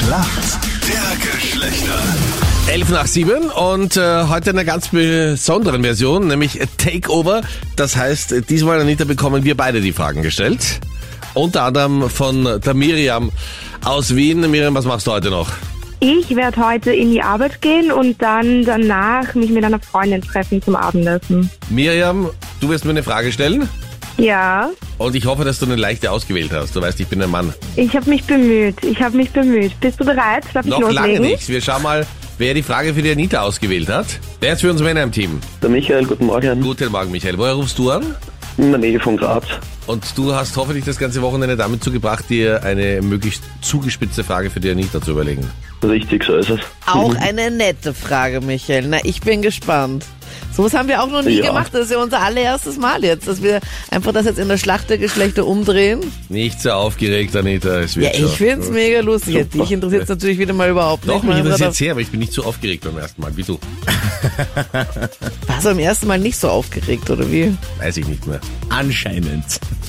Schlacht der Geschlechter. 6:11 und heute in einer ganz besonderen Version, nämlich Takeover. Das heißt, diesmal, Anita, bekommen wir beide die Fragen gestellt. Unter anderem von der Miriam aus Wien. Miriam, was machst du heute noch? Ich werde heute in die Arbeit gehen und dann danach mich mit einer Freundin treffen zum Abendessen. Miriam, du wirst mir eine Frage stellen Ja, und ich hoffe, dass du eine leichte ausgewählt hast. Du weißt, ich bin ein Mann. ich habe mich bemüht. Bist du bereit? Darf ich Noch loslegen? lange nicht. Wir schauen mal, wer die Frage für die Anita ausgewählt hat. Wer ist für uns Männer im Team? Der Michael, guten Morgen. Guten Morgen, Michael. Woher rufst du an? In der Nähe von Graz. Und du hast hoffentlich das ganze Wochenende damit zugebracht, dir eine möglichst zugespitzte Frage für die Anita zu überlegen. Richtig, so ist es. Auch eine nette Frage, Michael. Na, ich bin gespannt. Sowas haben wir auch noch nie Ja. gemacht. Das ist ja unser allererstes Mal jetzt, dass wir einfach das jetzt in der Schlacht der Geschlechter umdrehen. Nicht so aufgeregt, Anita. Es Ja, wird schon. ich find's mega lustig. Jetzt, dich interessiert es natürlich wieder mal überhaupt Doch, nicht. mich Mein interessiert Bruder. sehr, aber ich bin nicht so aufgeregt beim ersten Mal wie du. Warst du beim ersten Mal nicht so aufgeregt, oder wie? Weiß ich nicht mehr. Anscheinend.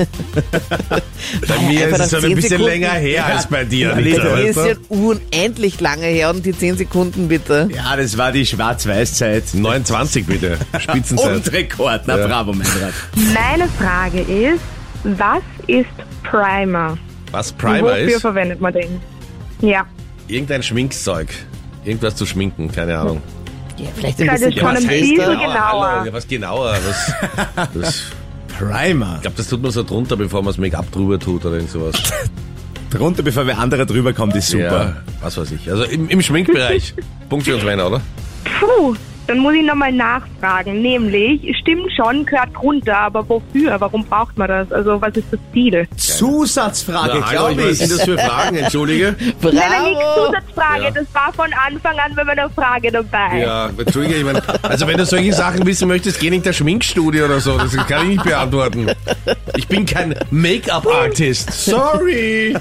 Bei mir einfach ist es nach schon 10 ein bisschen Sekunden. länger her als bei dir, Ja, Anita. das Das ist weißt ja du? unendlich lange her und die 10 Sekunden bitte. Ja, das war die Schwarz-Weiß-Zeit. 29 bitte. Spitzenzeit. Und Rekord. Na Ja. bravo, mein Rat. Meine Frage ist, was ist Primer? Was Primer Wofür ist? verwendet man den? Ja, Irgendein Schminkzeug. Irgendwas zu schminken, keine Ahnung. Ja, vielleicht ein Das bisschen ist schon ein Contaster. bisschen Hallo, genauer. ja, was genauer? Das, Primer. ich glaube, das tut man so drunter, bevor man das Make-up drüber tut oder irgend sowas. Drunter, bevor wer anderer drüber kommt, ist super. Ja, was weiß ich. Also im Schminkbereich. Punkt für uns Männer, oder? Puh, dann muss ich nochmal nachfragen. Nämlich, stimmt schon, gehört drunter, aber wofür? Warum braucht man das? Also, was ist das Ziel? Zusatzfrage, hallo, glaube was sind ich. das für Fragen? Entschuldige. Nein, nichts Bravo! Zusatzfrage. Ja. Das war von Anfang an bei meiner Frage dabei. Ja, entschuldige, ich meine, also wenn du solche Sachen wissen möchtest, geh nicht in der Schminkstudie oder so, das kann ich nicht beantworten. Ich bin kein Make-up-Artist. Sorry.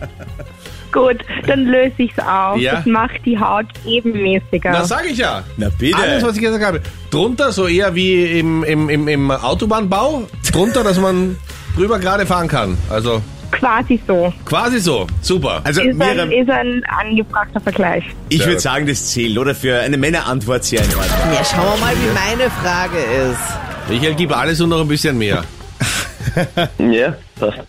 Gut, dann löse ich es auf. Ja. Das macht die Haut ebenmäßiger. Na, sag ich ja. Na bitte. Alles, was ich gesagt habe. Drunter, so eher wie im Autobahnbau, drunter, dass man drüber gerade fahren kann. Also Quasi so. quasi so. Super. Also, Ist Miriam, ist ein angebrachter Vergleich. ich Sehr würde gut. sagen, das zählt, oder? Für eine Männerantwort sehr in Ordnung. Ja, schauen wir mal, wie meine Frage ist. Michael, gib alles und noch ein bisschen mehr. Ja, passt.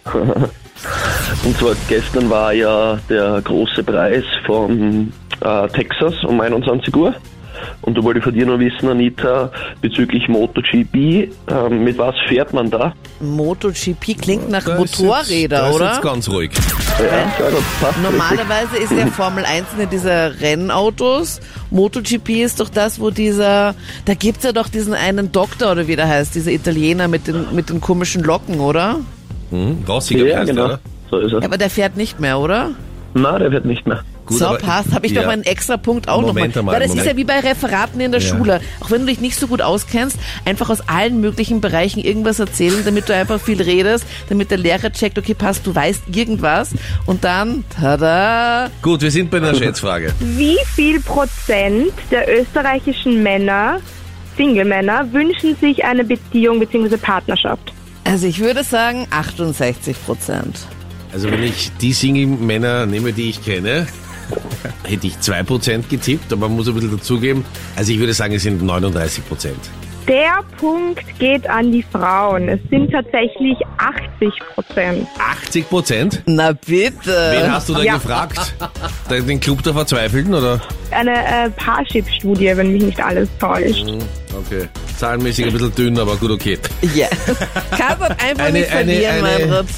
Und zwar gestern war ja der große Preis von Texas um 21 Uhr. Und da wollte ich von dir noch wissen, Anita, bezüglich MotoGP, mit was fährt man da? MotoGP klingt nach Da ist Motorräder, jetzt, da oder? ist jetzt ganz ruhig. Ja, sehr gut, passt. Normalerweise ist ja Formel 1 eine dieser Rennautos. MotoGP ist doch das, wo da gibt's ja doch diesen einen Doktor, oder wie der heißt, dieser Italiener mit den komischen Locken, oder? Rossi, Ja, heißt genau. oder? So ist er. Aber der fährt nicht mehr, oder? Nein, der wird nicht mehr. Gut, so, aber- passt. Habe ich ja. doch meinen extra Punkt auch Moment nochmal. einmal, Weil das ist Moment. ja wie bei Referaten in der Schule. Auch wenn du dich nicht so gut auskennst, einfach aus allen möglichen Bereichen irgendwas erzählen, damit du einfach viel redest, damit der Lehrer checkt, okay, passt, du weißt irgendwas. Und dann, tada! Gut, wir sind bei einer Schätzfrage. Wie viel Prozent der österreichischen Männer, Single-Männer, wünschen sich eine Beziehung bzw. Partnerschaft? Also ich würde sagen 68%. Also wenn ich die Single-Männer nehme, die ich kenne, hätte ich 2% getippt, aber man muss ein bisschen dazugeben. Also ich würde sagen, es sind 39%. Der Punkt geht an die Frauen. Es sind tatsächlich 80%. 80%? Na Wen bitte! hast du da Ja. gefragt? Den Club der Verzweifelten, oder? Eine Parship-Studie, wenn mich nicht alles täuscht. Okay. Zahlenmäßig ein bisschen dünn, aber gut, okay. Ja. Kannst halt einfach nicht verlieren, mein Gott.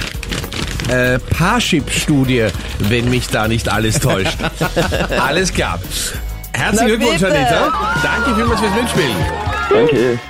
Parship-Studie, wenn mich da nicht alles täuscht. Alles klar. Herzlichen Na Glückwunsch, bitte. Anita. Danke vielmals fürs Mitspielen. Danke.